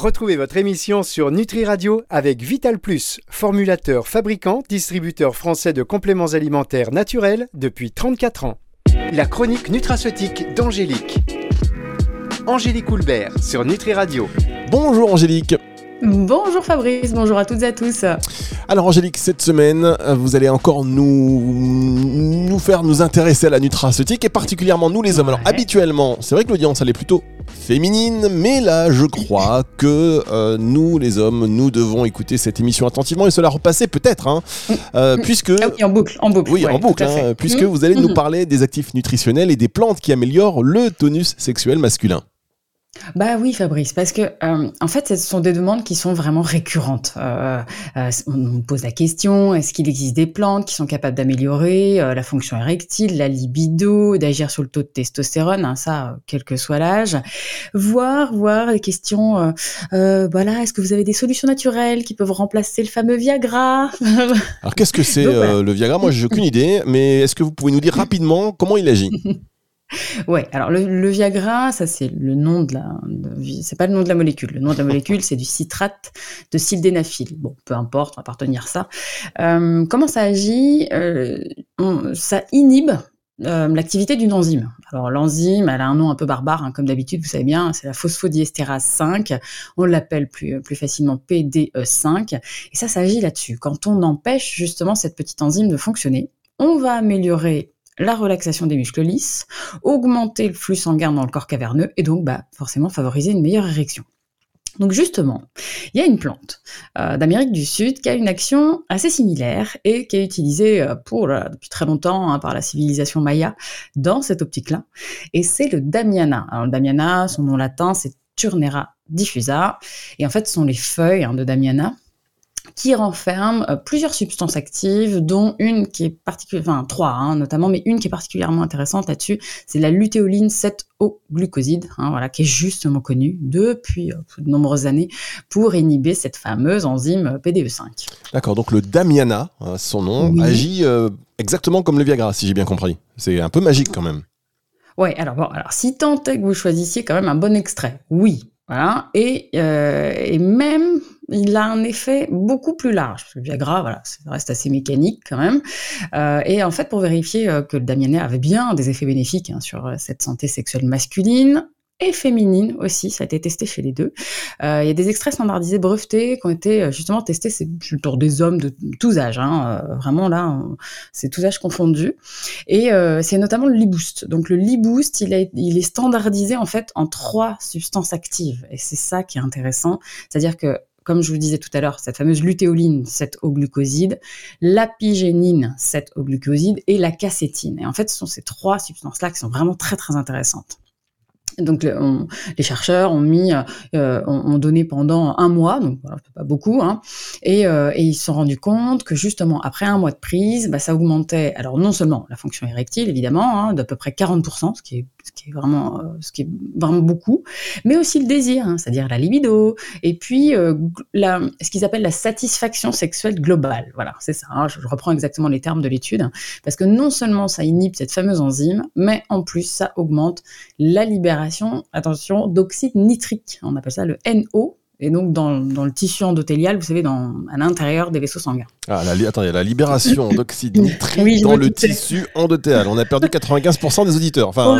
Retrouvez votre émission sur Nutri Radio avec Vital Plus, formulateur, fabricant, distributeur français de compléments alimentaires naturels depuis 34 ans. La chronique nutraceutique d'Angélique. Angélique Houlbert sur Nutri Radio. Bonjour Angélique. Bonjour Fabrice, bonjour à toutes et à tous. Alors Angélique, cette semaine, vous allez encore nous faire nous intéresser à la nutraceutique et particulièrement nous les hommes. Alors habituellement, c'est vrai que l'audience elle est plutôt féminine, mais là je crois que nous les hommes, nous devons écouter cette émission attentivement et se la repasser peut-être, puisque... Ah oui, en boucle. Oui, ouais, en boucle, puisque vous allez nous parler des actifs nutritionnels et des plantes qui améliorent le tonus sexuel masculin. Bah oui Fabrice, parce que en fait ce sont des demandes qui sont vraiment récurrentes. On pose la question, est-ce qu'il existe des plantes qui sont capables d'améliorer la fonction érectile, la libido, d'agir sur le taux de testostérone, ça quel que soit l'âge, voir les questions, voilà, est-ce que vous avez des solutions naturelles qui peuvent remplacer le fameux Viagra? Alors qu'est-ce que c'est le Viagra? Moi j'ai aucune idée, mais est-ce que vous pouvez nous dire rapidement comment il agit? Ouais, alors le Viagra, ça c'est le nom c'est pas le nom de la molécule. Le nom de la molécule, c'est du citrate de sildenafil. Bon, peu importe, on va pas retenir ça. Comment ça agit? Ça inhibe l'activité d'une enzyme. Alors l'enzyme, elle a un nom un peu barbare, comme d'habitude, vous savez bien, c'est la phosphodiestérase 5. On l'appelle plus facilement PDE5. Et ça agit là-dessus. Quand on empêche justement cette petite enzyme de fonctionner, on va améliorer la relaxation des muscles lisses, augmenter le flux sanguin dans le corps caverneux et donc forcément favoriser une meilleure érection. Donc justement, il y a une plante d'Amérique du Sud qui a une action assez similaire et qui est utilisée depuis très longtemps par la civilisation maya dans cette optique-là, et c'est le Damiana. Alors le Damiana, son nom latin, c'est Turnera diffusa, et en fait ce sont les feuilles de Damiana qui renferment plusieurs substances actives, dont une qui est trois notamment, mais une qui est particulièrement intéressante là-dessus, c'est la lutéoline 7-O-glucoside, qui est justement connue depuis de nombreuses années pour inhiber cette fameuse enzyme PDE5. D'accord, donc le Damiana, son nom, agit exactement comme le Viagra, si j'ai bien compris. C'est un peu magique quand même. Ouais, alors si tant est que vous choisissiez quand même un bon extrait, oui. Voilà, et même, il a un effet beaucoup plus large, parce que le Viagra, ça reste assez mécanique quand même. Et en fait, pour vérifier que le Damiana avait bien des effets bénéfiques sur cette santé sexuelle masculine et féminine aussi, ça a été testé chez les deux. Il y a des extraits standardisés brevetés qui ont été justement testés, c'est pour des hommes de tous âges, vraiment là, c'est tous âges confondus. Et c'est notamment le Liboost. Donc le Liboost, il est standardisé en fait en 3 substances actives. Et c'est ça qui est intéressant, c'est-à-dire que comme je vous disais tout à l'heure, cette fameuse lutéoline 7-O-glucoside, l'apigénine 7-O-glucoside et la cacétine. Et en fait, ce sont ces 3 substances-là qui sont vraiment très très intéressantes. Donc les chercheurs ont donné pendant 1 mois, donc voilà, pas beaucoup, et ils se sont rendus compte que justement après 1 mois de prise, ça augmentait alors non seulement la fonction érectile évidemment, d'à peu près 40%, ce qui est vraiment beaucoup, mais aussi le désir, c'est-à-dire la libido, et puis ce qu'ils appellent la satisfaction sexuelle globale. Voilà, c'est ça. Je reprends exactement les termes de l'étude, parce que non seulement ça inhibe cette fameuse enzyme, mais en plus ça augmente la libération, attention, d'oxyde nitrique. On appelle ça le NO. Et donc, dans le tissu endothélial, vous savez, à l'intérieur des vaisseaux sanguins. Ah, il y a la libération d'oxyde nitrique dans le tissu endothélial. On a perdu 95% des auditeurs. Enfin,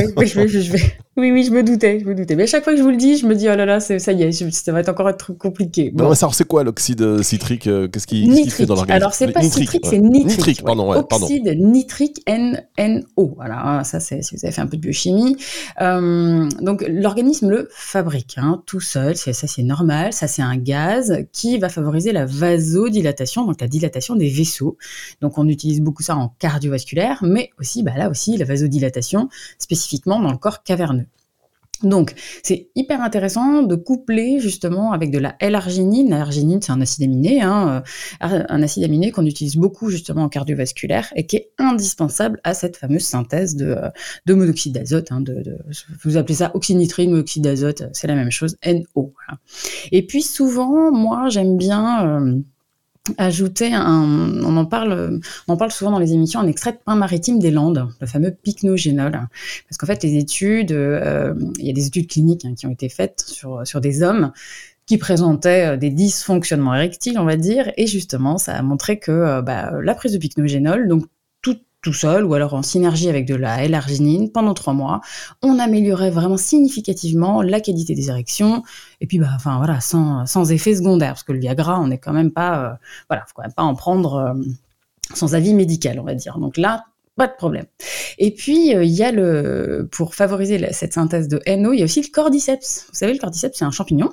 Oui, je me doutais. Mais à chaque fois que je vous le dis, je me dis, oh là là, ça y est, ça va encore être compliqué. Bon. Non, mais c'est quoi l'oxyde citrique? Qu'est-ce qu'il fait dans l'organisme? Alors, c'est pas citrique, c'est nitrique. Nitrique, pardon. Oxyde nitrique NO. Voilà, ça, c'est si vous avez fait un peu de biochimie. Donc, l'organisme le fabrique, tout seul. Ça, c'est normal. Ça, c'est un gaz qui va favoriser la vasodilatation, donc la dilatation des vaisseaux. Donc, on utilise beaucoup ça en cardiovasculaire, mais aussi, là aussi, la vasodilatation, spécifiquement dans le corps caverneux. Donc, c'est hyper intéressant de coupler justement avec de la L-arginine. L'arginine, c'est un acide aminé, un acide aminé qu'on utilise beaucoup justement en cardiovasculaire et qui est indispensable à cette fameuse synthèse de monoxyde d'azote. Vous appelez ça oxynitrite, monoxyde d'azote, c'est la même chose, NO. Voilà. Et puis souvent, moi, j'aime bien ajouter on en parle souvent dans les émissions, un extrait de pin maritime des Landes, le fameux pycnogénol. Parce qu'en fait, les études, il y a des études cliniques qui ont été faites sur des hommes. qui présentaient des dysfonctionnements érectiles, on va dire, et justement, ça a montré que la prise de pycnogénol, donc tout seul ou alors en synergie avec de la L-arginine pendant 3 mois, on améliorait vraiment significativement la qualité des érections et puis sans effet secondaire parce que le Viagra, on n'est quand même pas faut quand même pas en prendre sans avis médical, on va dire. Donc là, pas de problème. Et puis, il y a pour favoriser cette synthèse de NO, il y a aussi le cordyceps. Vous savez, le cordyceps, c'est un champignon.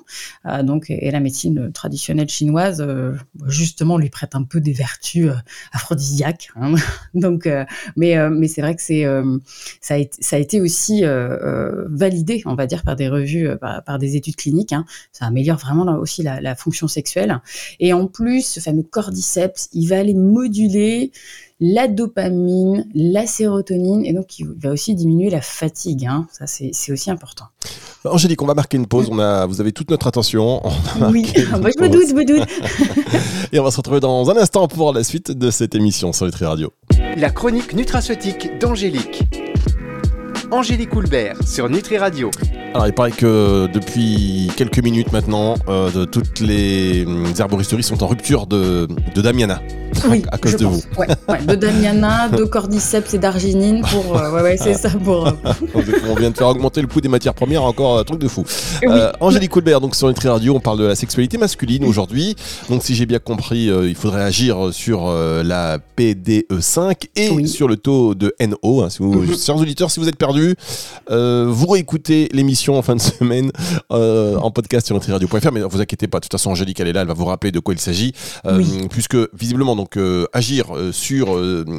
Et la médecine traditionnelle chinoise, justement, lui prête un peu des vertus aphrodisiaques. Hein. Donc, mais c'est vrai que ça a été aussi validé, on va dire, par des revues, par des études cliniques. Hein. Ça améliore vraiment aussi la fonction sexuelle. Et en plus, ce fameux cordyceps, il va aller moduler la dopamine, la sérotonine, et donc il va aussi diminuer la fatigue. Hein. Ça, c'est aussi important. Angélique, on va marquer une pause. Vous avez toute notre attention. Oui, moi je me doute. Et on va se retrouver dans un instant pour la suite de cette émission sur Nutri Radio. La chronique nutraceutique d'Angélique. Angélique Houlbert sur Nutri Radio. Alors, il paraît que depuis quelques minutes maintenant, toutes les herboristeries sont en rupture de Damiana. Oui, à cause de vous. Ouais, de Damiana, de cordyceps et d'arginine pour. C'est ça pour. On vient de faire augmenter le coût des matières premières, encore un truc de fou. Oui. Angélique Houlbert, donc sur Nutri Radio, on parle de la sexualité masculine aujourd'hui. Donc, si j'ai bien compris, il faudrait agir sur la PDE5 et sur le taux de NO. Hein, chers auditeurs, si vous êtes perdus, vous réécoutez l'émission en fin de semaine en podcast sur nutriradio.fr, mais ne vous inquiétez pas, de toute façon Angélique elle est là, elle va vous rappeler de quoi il s'agit, puisque visiblement donc agir sur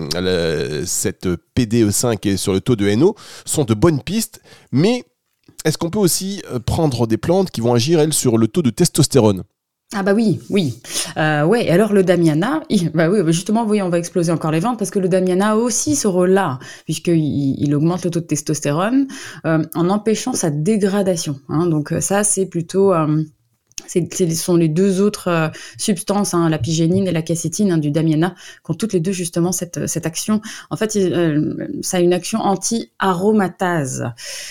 cette PDE5 et sur le taux de NO sont de bonnes pistes, mais est-ce qu'on peut aussi prendre des plantes qui vont agir elles sur le taux de testostérone ? Ah bah oui. Alors le Damiana, justement, on va exploser encore les ventes parce que le Damiana a aussi ce rôle-là, puisqu'il augmente le taux de testostérone en empêchant sa dégradation. Hein. Donc ça, c'est plutôt... Ce sont les deux autres substances, hein, la pygénine et la quercétine du Damiana, qui ont toutes les deux justement cette action. En fait, ça a une action anti-aromatase.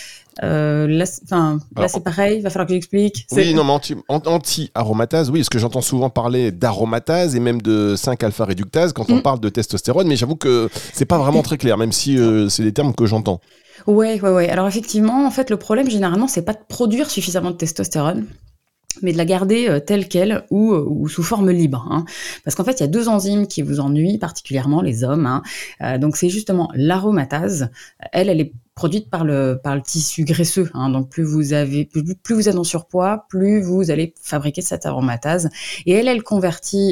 Là, c'est pareil, il va falloir que j'explique. Oui, non, mais anti-aromatase, oui, parce que j'entends souvent parler d'aromatase et même de 5-alpha-réductase quand on parle de testostérone, mais j'avoue que c'est pas vraiment très clair, même si c'est des termes que j'entends. Ouais. Alors effectivement, en fait, le problème généralement, c'est pas de produire suffisamment de testostérone, mais de la garder telle qu'elle ou sous forme libre. Hein. Parce qu'en fait, il y a 2 enzymes qui vous ennuient, particulièrement les hommes. Hein. Donc, c'est justement l'aromatase. Elle est produite par le tissu graisseux. Hein. Donc, plus vous êtes en surpoids, plus vous allez fabriquer cette aromatase. Et elle convertit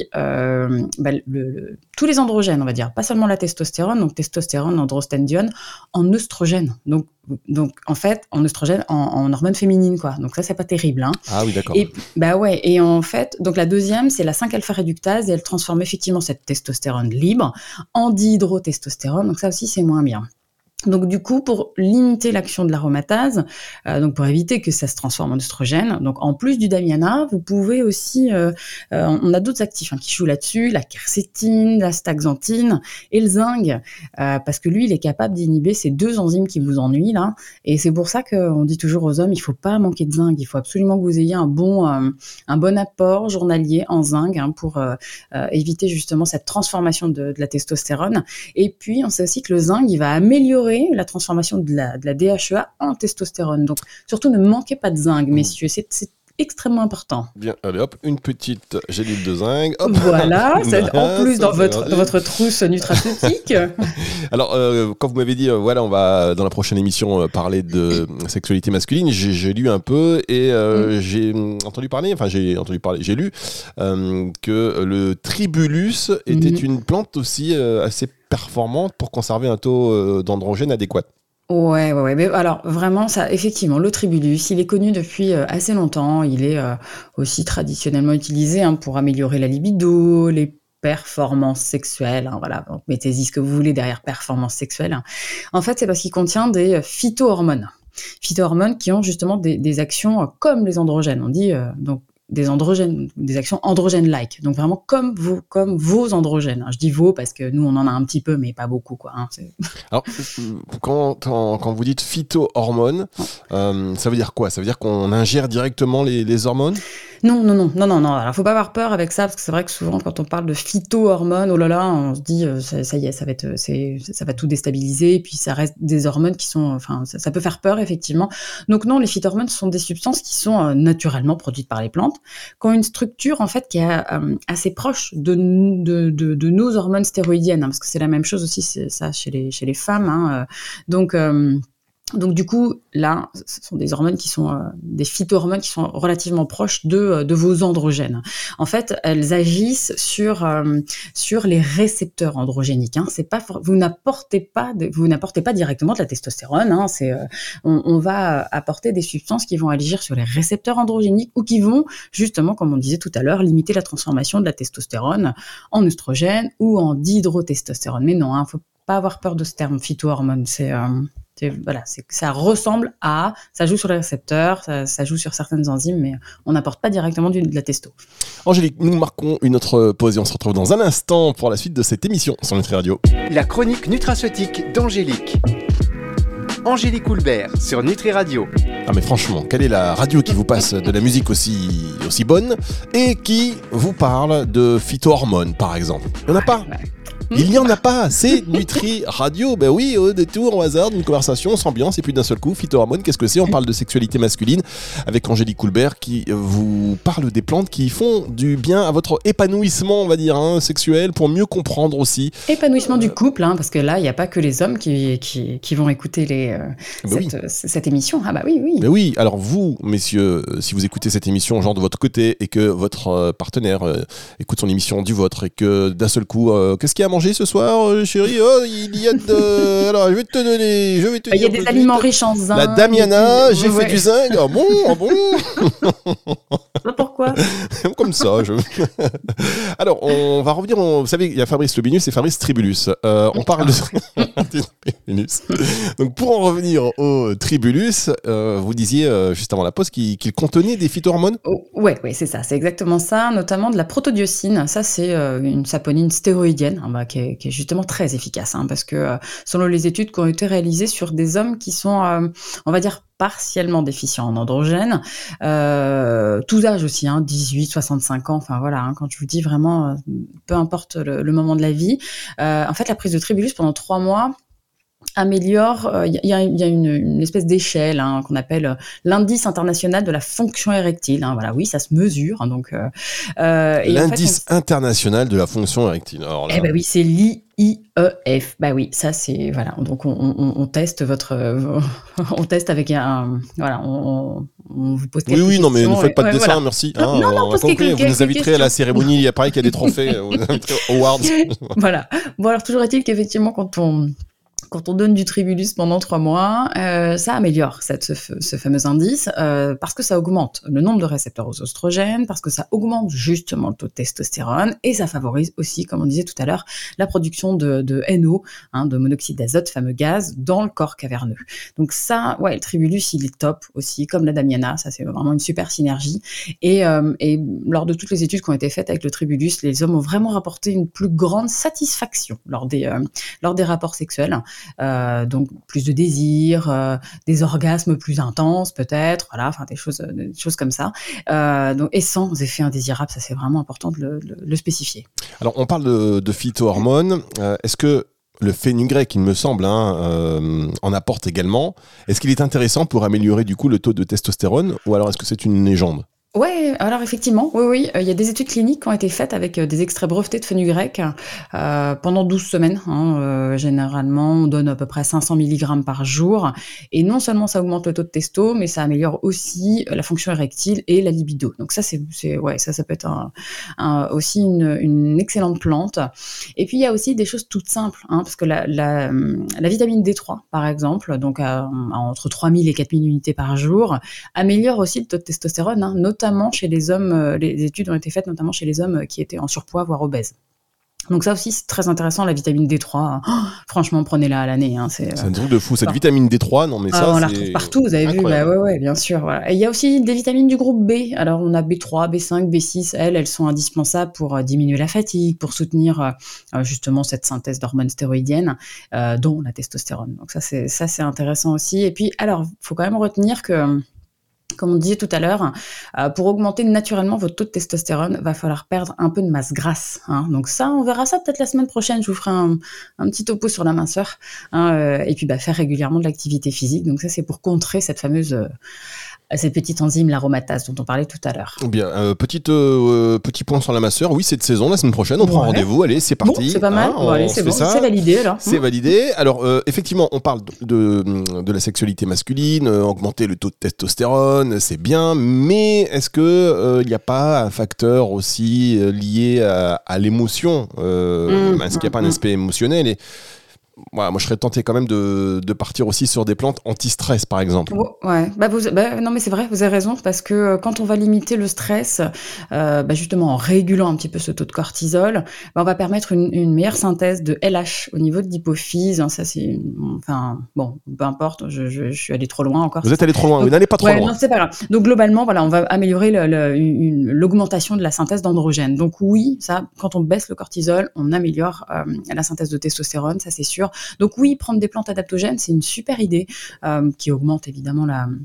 tous les androgènes, on va dire, pas seulement la testostérone, donc testostérone, androstendione, en œstrogène. Donc en fait, en œstrogène, en hormone féminine, quoi. Donc ça, c'est pas terrible. Hein. Ah oui, d'accord. Et en fait, donc la deuxième, c'est la 5-alpha-réductase et elle transforme effectivement cette testostérone libre en dihydrotestostérone. Donc ça aussi, c'est moins bien. Donc du coup, pour limiter l'action de l'aromatase, donc pour éviter que ça se transforme en œstrogène, donc en plus du Damiana, vous pouvez aussi, on a d'autres actifs qui jouent là-dessus, la quercétine, la staxanthine et le zinc, parce que lui, il est capable d'inhiber ces 2 enzymes qui vous ennuient là, et c'est pour ça qu'on dit toujours aux hommes, il faut pas manquer de zinc, il faut absolument que vous ayez un bon apport journalier en zinc pour éviter justement cette transformation de la testostérone. Et puis, on sait aussi que le zinc, il va améliorer la transformation de la DHEA en testostérone. Donc, surtout, ne manquez pas de zinc, messieurs. C'est extrêmement important. Bien, allez hop, une petite gélule de zinc. Hop. Voilà, en plus dans votre trousse nutraceutique. Alors, quand vous m'avez dit, on va dans la prochaine émission parler de sexualité masculine, j'ai lu un peu et j'ai lu que le tribulus était une plante aussi assez performante pour conserver un taux d'androgène adéquat. Ouais. Mais alors, vraiment, ça, effectivement, le tribulus, il est connu depuis assez longtemps. Il est aussi traditionnellement utilisé pour améliorer la libido, les performances sexuelles. Voilà, donc mettez-y ce que vous voulez derrière performance sexuelle. En fait, c'est parce qu'il contient des phytohormones. Phytohormones qui ont justement des actions comme les androgènes. On dit donc des androgènes, des actions androgènes-like. Donc vraiment comme vos androgènes. Je dis vos parce que nous, on en a un petit peu, mais pas beaucoup, quoi. Alors, quand vous dites phytohormones, ça veut dire quoi ? Ça veut dire qu'on ingère directement les hormones ? Non. Alors, faut pas avoir peur avec ça, parce que c'est vrai que souvent, quand on parle de phytohormones, oh là là, on se dit, ça y est, ça va tout déstabiliser, et puis ça reste des hormones qui sont, ça peut faire peur, effectivement. Donc non, les phytohormones sont des substances qui sont naturellement produites par les plantes, qui ont une structure, en fait, qui est assez proche de nos hormones stéroïdiennes, parce que c'est la même chose aussi, c'est ça, chez les femmes, Donc du coup, là, ce sont des hormones qui sont des phytohormones qui sont relativement proches de vos androgènes. En fait, elles agissent sur les récepteurs androgéniques. C'est pas vous n'apportez pas directement de la testostérone. On va apporter des substances qui vont agir sur les récepteurs androgéniques ou qui vont justement, comme on disait tout à l'heure, limiter la transformation de la testostérone en œstrogène ou en dihydrotestostérone. Mais non, faut pas avoir peur de ce terme phytohormone. Ça ressemble à, ça joue sur les récepteurs, ça joue sur certaines enzymes, mais on n'apporte pas directement de la testo. Angélique, nous marquons une autre pause et on se retrouve dans un instant pour la suite de cette émission sur Nutri Radio. La chronique nutraceutique d'Angélique. Angélique Houlbert sur Nutri Radio. Ah mais franchement, quelle est la radio qui vous passe de la musique aussi bonne et qui vous parle de phytohormones, par exemple ? Il n'y en a pas. Il n'y en a pas, c'est Nutri Radio. Ben oui, au détour, au hasard d'une conversation, on s'ambiance et puis d'un seul coup, phytohormones, qu'est-ce que c'est ? On parle de sexualité masculine avec Angélique Houlbert qui vous parle des plantes qui font du bien à votre épanouissement, on va dire, sexuel, pour mieux comprendre aussi. Épanouissement du couple, parce que là, il n'y a pas que les hommes qui vont écouter cette émission. Ah bah oui. Ben oui, alors vous, messieurs, si vous écoutez cette émission genre de votre côté et que votre partenaire écoute son émission du vôtre et que d'un seul coup, qu'est-ce qu'il y a à manger ce soir, chérie ? Oh, il y a de... Alors, je vais te dire. Il y a des aliments riches en zinc. La Damiana, j'ai fait du zinc. Ah bon. Pourquoi ? Comme ça. Alors, on va revenir. Vous savez, il y a Fabrice Lobinus et Fabrice Tribulus. On parle de Tribulus. Donc, pour en revenir au Tribulus, vous disiez juste avant la pause qu'il contenait des phytohormones. Ouais, c'est ça. C'est exactement ça, notamment de la protodiocine. Ça, c'est une saponine stéroïdienne. Qui est justement très efficace, parce que selon les études qui ont été réalisées sur des hommes qui sont, on va dire, partiellement déficients en androgènes, tous âges aussi, 18, 65 ans, quand je vous dis vraiment, peu importe le moment de la vie, en fait, la prise de Tribulus pendant 3 mois améliore, il y a une espèce d'échelle qu'on appelle l'indice international de la fonction érectile. Oui, ça se mesure. L'indice international de la fonction érectile. Alors là... oui, c'est l'IEF. Ça c'est Donc on teste on teste avec on vous pose quelques questions. Oui, non mais ne faites pas de dessin, merci. Non, vous nous inviterez à la cérémonie. Il y a pareil qu'il y a des trophées. Vous nous inviterez aux awards. Voilà. Bon, alors toujours est-il qu'effectivement quand on donne du Tribulus pendant 3 mois, ça améliore ce fameux indice parce que ça augmente le nombre de récepteurs aux oestrogènes, parce que ça augmente justement le taux de testostérone et ça favorise aussi, comme on disait tout à l'heure, la production de NO, de monoxyde d'azote, fameux gaz, dans le corps caverneux. Donc ça, le Tribulus, il est top aussi, comme la Damiana, ça c'est vraiment une super synergie. Et lors de toutes les études qui ont été faites avec le Tribulus, les hommes ont vraiment rapporté une plus grande satisfaction lors des rapports sexuels. Donc plus de désir, des orgasmes plus intenses peut-être, des choses comme ça. Donc, et sans effet indésirable, ça c'est vraiment important de le spécifier. Alors on parle de phytohormones, est-ce que le fenugrec, il me semble, en apporte également. Est-ce qu'il est intéressant pour améliorer du coup le taux de testostérone ou alors est-ce que c'est une légende ? Ouais, alors effectivement, oui, il y a des études cliniques qui ont été faites avec des extraits brevetés de fenugrec pendant 12 semaines. Généralement, on donne à peu près 500 mg par jour. Et non seulement ça augmente le taux de testo, mais ça améliore aussi la fonction érectile et la libido. Donc ça, ça peut être aussi une excellente plante. Et puis, il y a aussi des choses toutes simples, parce que la vitamine D3, par exemple, donc entre 3000 et 4000 unités par jour, améliore aussi le taux de testostérone, notamment chez les hommes, les études ont été faites notamment chez les hommes qui étaient en surpoids, voire obèses. Donc ça aussi, c'est très intéressant, la vitamine D3. Oh, franchement, prenez-la à l'année. Hein, c'est un truc de fou, cette vitamine D3. Non, mais ça, on la retrouve partout, vous avez vu. Ouais, bien sûr. Voilà. Et il y a aussi des vitamines du groupe B. Alors, on a B3, B5, B6. Elles sont indispensables pour diminuer la fatigue, pour soutenir justement cette synthèse d'hormones stéroïdiennes, dont la testostérone. Donc ça, c'est intéressant aussi. Et puis, alors, il faut quand même retenir que, comme on disait tout à l'heure, pour augmenter naturellement votre taux de testostérone, va falloir perdre un peu de masse grasse. Hein. Donc ça, on verra ça peut-être la semaine prochaine. Je vous ferai un petit topo sur la minceur. Hein, et puis faire régulièrement de l'activité physique. Donc ça, c'est pour contrer cette fameuse... cette petite enzyme, l'aromatase, dont on parlait tout à l'heure. Bien, petit point sur la masseur. Oui, c'est de saison, la semaine prochaine, on prend rendez-vous. Allez, c'est parti. Bon, c'est pas mal. Allez, c'est bon, c'est validé alors. C'est validé. Alors, effectivement, on parle de la sexualité masculine, augmenter le taux de testostérone, c'est bien, mais est-ce que il n'y a pas un facteur aussi lié à l'émotion est-ce qu'il n'y a pas un aspect émotionnel voilà, moi je serais tenté quand même de partir aussi sur des plantes anti-stress par exemple. Ouais, non mais c'est vrai, vous avez raison, parce que quand on va limiter le stress, justement en régulant un petit peu ce taux de cortisol, on va permettre une meilleure synthèse de LH au niveau de l'hypophyse. Hein, ça c'est, bon, peu importe, je suis allée trop loin encore. Vous êtes allé trop loin, vous n'allez pas trop loin. Non, c'est pas grave. Donc globalement, voilà, on va améliorer l'augmentation de la synthèse d'androgènes. Donc oui, ça, quand on baisse le cortisol, on améliore la synthèse de testostérone, ça c'est sûr. Donc oui, prendre des plantes adaptogènes, c'est une super idée qui augmente évidemment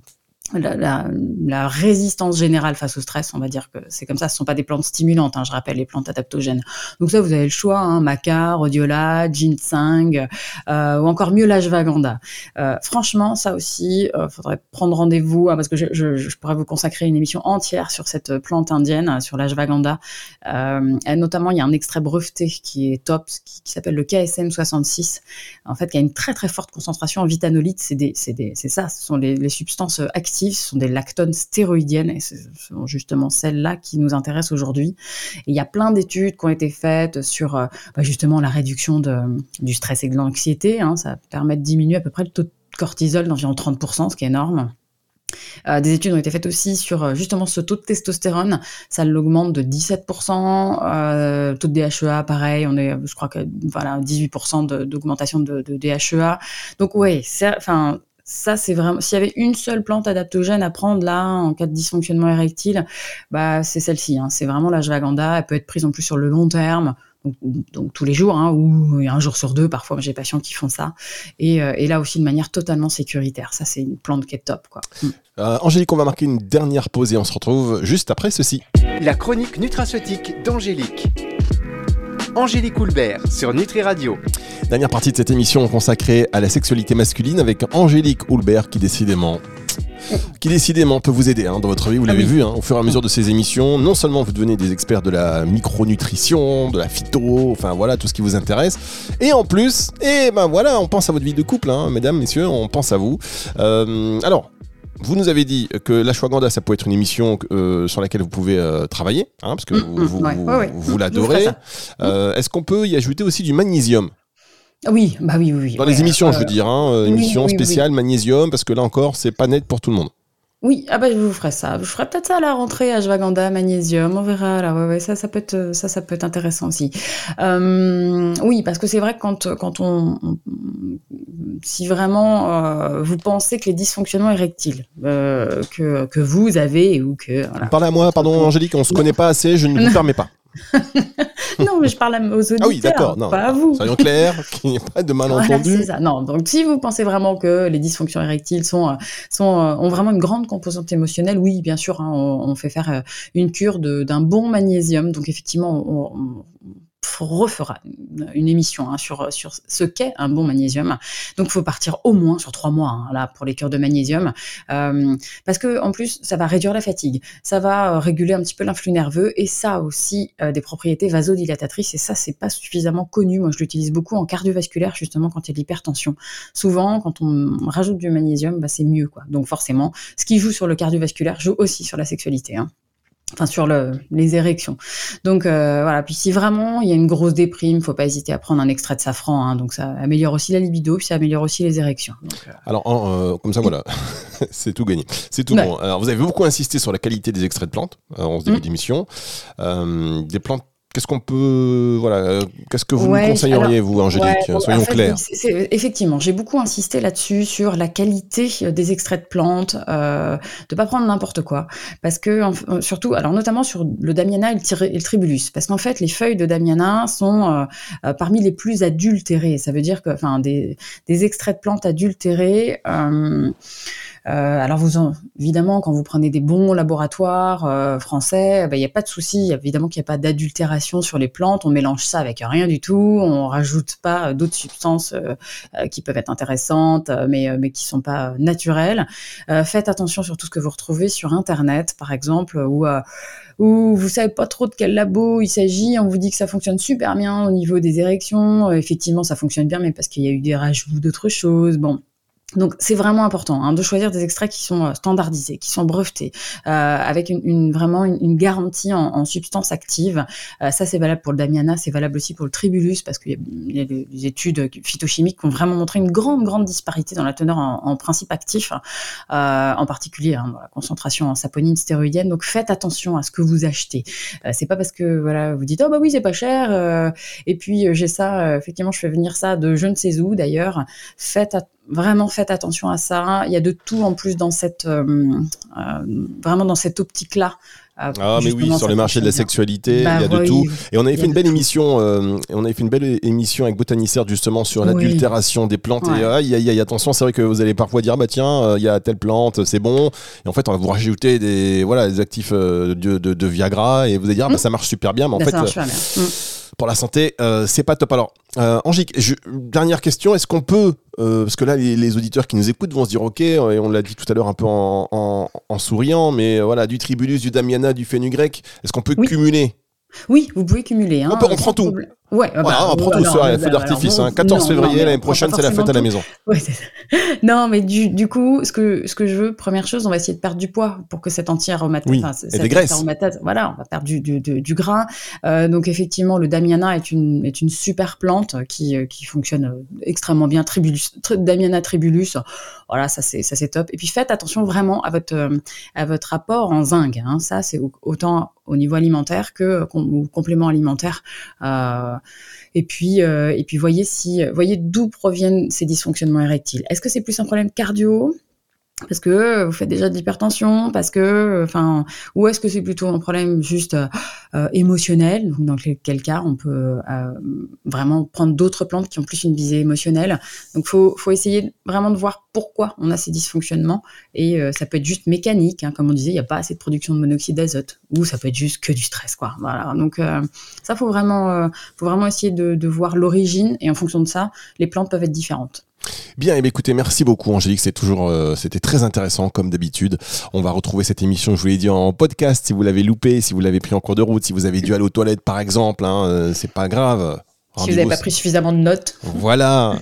la résistance générale face au stress, on va dire que c'est comme ça, ce ne sont pas des plantes stimulantes, hein, je rappelle, les plantes adaptogènes. Donc ça, vous avez le choix, hein, maca, rhodiola, ginseng, ou encore mieux l'ashwagandha. Franchement, ça aussi, faudrait prendre rendez-vous, hein, parce que je pourrais vous consacrer une émission entière sur cette plante indienne, sur l'ashwagandha. Notamment, il y a un extrait breveté qui est top, qui s'appelle le KSM 66, en fait, qui a une très très forte concentration en vitanolite. C'est ça, ce sont les substances actives, ce sont des lactones stéroïdiennes, et ce sont justement celles-là qui nous intéressent aujourd'hui. Et il y a plein d'études qui ont été faites sur justement la réduction du stress et de l'anxiété. Hein. Ça permet de diminuer à peu près le taux de cortisol d'environ 30%, ce qui est énorme. Des études ont été faites aussi sur justement ce taux de testostérone, ça l'augmente de 17%, taux de DHEA pareil, on est, je crois que 18% d'augmentation de DHEA. Donc oui, ça c'est vraiment, s'il y avait une seule plante adaptogène à prendre là en cas de dysfonctionnement érectile, c'est celle-ci, hein. C'est vraiment l'ashwagandha. Elle peut être prise en plus sur le long terme. Donc tous les jours, hein, ou un jour sur deux, parfois j'ai des patients qui font ça, et là aussi de manière totalement sécuritaire. Ça, c'est une plante qui est top, quoi. Angélique, on va marquer une dernière pause et on se retrouve juste après ceci. La chronique nutraceutique d'Angélique. Angélique Houlbert sur Nutri Radio. Dernière partie de cette émission consacrée à la sexualité masculine avec Angélique Houlbert qui décidément peut vous aider dans votre vie. Vous l'avez vu, au fur et à mesure de ces émissions, non seulement vous devenez des experts de la micronutrition, de la phyto, enfin voilà, tout ce qui vous intéresse. Et en plus, on pense à votre vie de couple, mesdames, messieurs, on pense à vous. Alors, vous nous avez dit que l'ashwagandha, ça peut être une émission sur laquelle vous pouvez travailler, parce que vous l'adorez. Est-ce qu'on peut y ajouter aussi du magnésium ? Oui. Dans les émissions, je veux dire, émission spéciale magnésium, parce que là encore, c'est pas net pour tout le monde. Oui, je vous ferai ça. Je ferai peut-être ça à la rentrée, ashwagandha, magnésium, on verra là. Ça peut être intéressant aussi. Oui, parce que c'est vrai que quand si vraiment vous pensez que les dysfonctionnements érectiles que vous avez ou que voilà. Parlez à moi, pardon Angélique, on se connaît pas assez, je ne vous permets pas. Non, mais je parle aux auditeurs, ah oui, d'accord, pas à vous. Soyons clairs, qu'il n'y ait pas de malentendu. Voilà, c'est ça. Non, donc si vous pensez vraiment que les dysfonctions érectiles ont vraiment une grande composante émotionnelle, oui, bien sûr, on fait faire une cure d'un bon magnésium. Donc effectivement, on refera une émission sur ce qu'est un bon magnésium. Donc, il faut partir au moins sur 3 mois là pour les cures de magnésium, parce que en plus, ça va réduire la fatigue, ça va réguler un petit peu l'influx nerveux, et ça a aussi des propriétés vasodilatatrices. Et ça, c'est pas suffisamment connu. Moi, je l'utilise beaucoup en cardiovasculaire, justement quand il y a de l'hypertension. Souvent, quand on rajoute du magnésium, c'est mieux, quoi. Donc, forcément, ce qui joue sur le cardiovasculaire joue aussi sur la sexualité. Enfin, sur les érections. Donc voilà. Puis si vraiment il y a une grosse déprime, faut pas hésiter à prendre un extrait de safran. Donc ça améliore aussi la libido, puis ça améliore aussi les érections. Donc, Alors comme ça voilà, c'est tout gagné, c'est tout bon. Alors vous avez beaucoup insisté sur la qualité des extraits de plantes en ce début d'émission. Des plantes qu'est-ce qu'on peut, qu'est-ce que vous nous conseilleriez, vous, Angélique? Soyons clairs. Effectivement, j'ai beaucoup insisté là-dessus, sur la qualité des extraits de plantes, de pas prendre n'importe quoi, parce que surtout, alors notamment sur le Damiana et le Tribulus, parce qu'en fait, les feuilles de Damiana sont parmi les plus adultérées. Ça veut dire que, des extraits de plantes adultérés. Alors évidemment, quand vous prenez des bons laboratoires français, il n'y a pas de souci. Évidemment qu'il n'y a pas d'adultération sur les plantes. On mélange ça avec rien du tout. On rajoute pas d'autres substances qui peuvent être intéressantes, mais qui sont pas naturelles. Faites attention sur tout ce que vous retrouvez sur Internet, par exemple, où vous savez pas trop de quel labo il s'agit. On vous dit que ça fonctionne super bien au niveau des érections. Effectivement, ça fonctionne bien, mais parce qu'il y a eu des rajouts d'autres choses. Bon. Donc c'est vraiment important de choisir des extraits qui sont standardisés, qui sont brevetés, avec vraiment une garantie en substances actives. Ça c'est valable pour le Damiana, c'est valable aussi pour le Tribulus, parce qu'il y a des études phytochimiques qui ont vraiment montré une grande disparité dans la teneur en principes actifs, en particulier dans la concentration en saponine stéroïdienne. Donc faites attention à ce que vous achetez. C'est pas parce que vous dites oui c'est pas cher et puis j'ai ça, effectivement je fais venir ça de je ne sais où d'ailleurs. Vraiment faites attention à ça. Il y a de tout en plus dans cette vraiment dans cette optique-là. Mais oui, sur les marchés de la sexualité, il y a de tout. Et on avait fait une belle émission. Avec Botanicert justement sur l'adultération des plantes. Et attention, c'est vrai que vous allez parfois dire tiens, il y a telle plante, c'est bon. Et en fait, on va vous rajouter des actifs de Viagra et vous allez dire ça marche super bien, mais en fait. Pour la santé, c'est pas top. Alors, Angélique, dernière question, est-ce qu'on peut, parce que là, les auditeurs qui nous écoutent vont se dire, ok, et on l'a dit tout à l'heure un peu en souriant, mais du Tribulus, du Damiana, du Fenugrec, est-ce qu'on peut cumuler? Oui, vous pouvez cumuler. On prend tout. Ouais, on prend tout, c'est feu d'artifice. 14 février, l'année prochaine, c'est la fête à la maison. Ouais, c'est ça. Non, mais du coup, ce que je veux, première chose, on va essayer de perdre du poids pour que cet anti-aromatase, et des graisses. On va perdre du gras. Donc effectivement, le Damiana est une super plante qui fonctionne extrêmement bien. Damiana Tribulus, voilà, ça c'est top. Et puis faites attention vraiment à votre apport en zinc. Ça, c'est autant au niveau alimentaire que au complément alimentaire. Et puis voyez d'où proviennent ces dysfonctionnements érectiles. Est-ce que c'est plus un problème cardio ? Parce que vous faites déjà de l'hypertension, ou est-ce que c'est plutôt un problème juste émotionnel, donc dans quel cas on peut vraiment prendre d'autres plantes qui ont plus une visée émotionnelle. Donc faut essayer vraiment de voir pourquoi on a ces dysfonctionnements, et ça peut être juste mécanique, comme on disait, il n'y a pas assez de production de monoxyde d'azote, ou ça peut être juste que du stress, quoi. Voilà. Donc ça faut vraiment essayer de voir l'origine, et en fonction de ça, les plantes peuvent être différentes. Bien, écoutez, merci beaucoup Angélique, c'était très intéressant comme d'habitude. On va retrouver cette émission, je vous l'ai dit, en podcast si vous l'avez loupé, si vous l'avez pris en cours de route, si vous avez dû aller aux toilettes par exemple, c'est pas grave. Si vous n'avez pas pris suffisamment de notes. Voilà.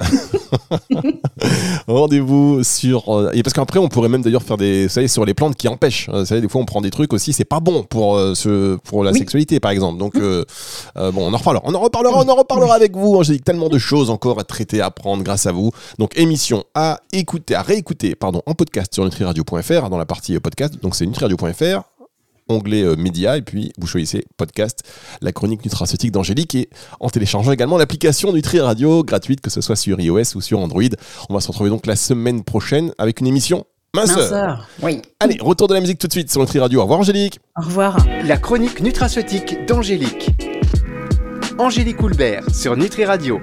Rendez-vous sur... Et parce qu'après, on pourrait même d'ailleurs faire vous savez, sur les plantes qui empêchent. Vous savez, des fois, on prend des trucs aussi, c'est pas bon pour la sexualité, par exemple. Donc, on en reparlera. On en reparlera avec vous. Angélique, tellement de choses encore à traiter, à apprendre grâce à vous. Donc, émission à réécouter, en podcast sur nutriradio.fr, dans la partie podcast. Donc, c'est nutriradio.fr. Onglet médias, et puis vous choisissez podcast, la chronique nutraceutique d'Angélique, et en téléchargeant également l'application Nutri Radio gratuite, que ce soit sur iOS ou sur Android. On va se retrouver donc la semaine prochaine avec une émission Minceur. Oui. Allez, retour de la musique tout de suite sur Nutri Radio. Au revoir Angélique. Au revoir. La chronique nutraceutique d'Angélique. Angélique Houlbert sur Nutri Radio.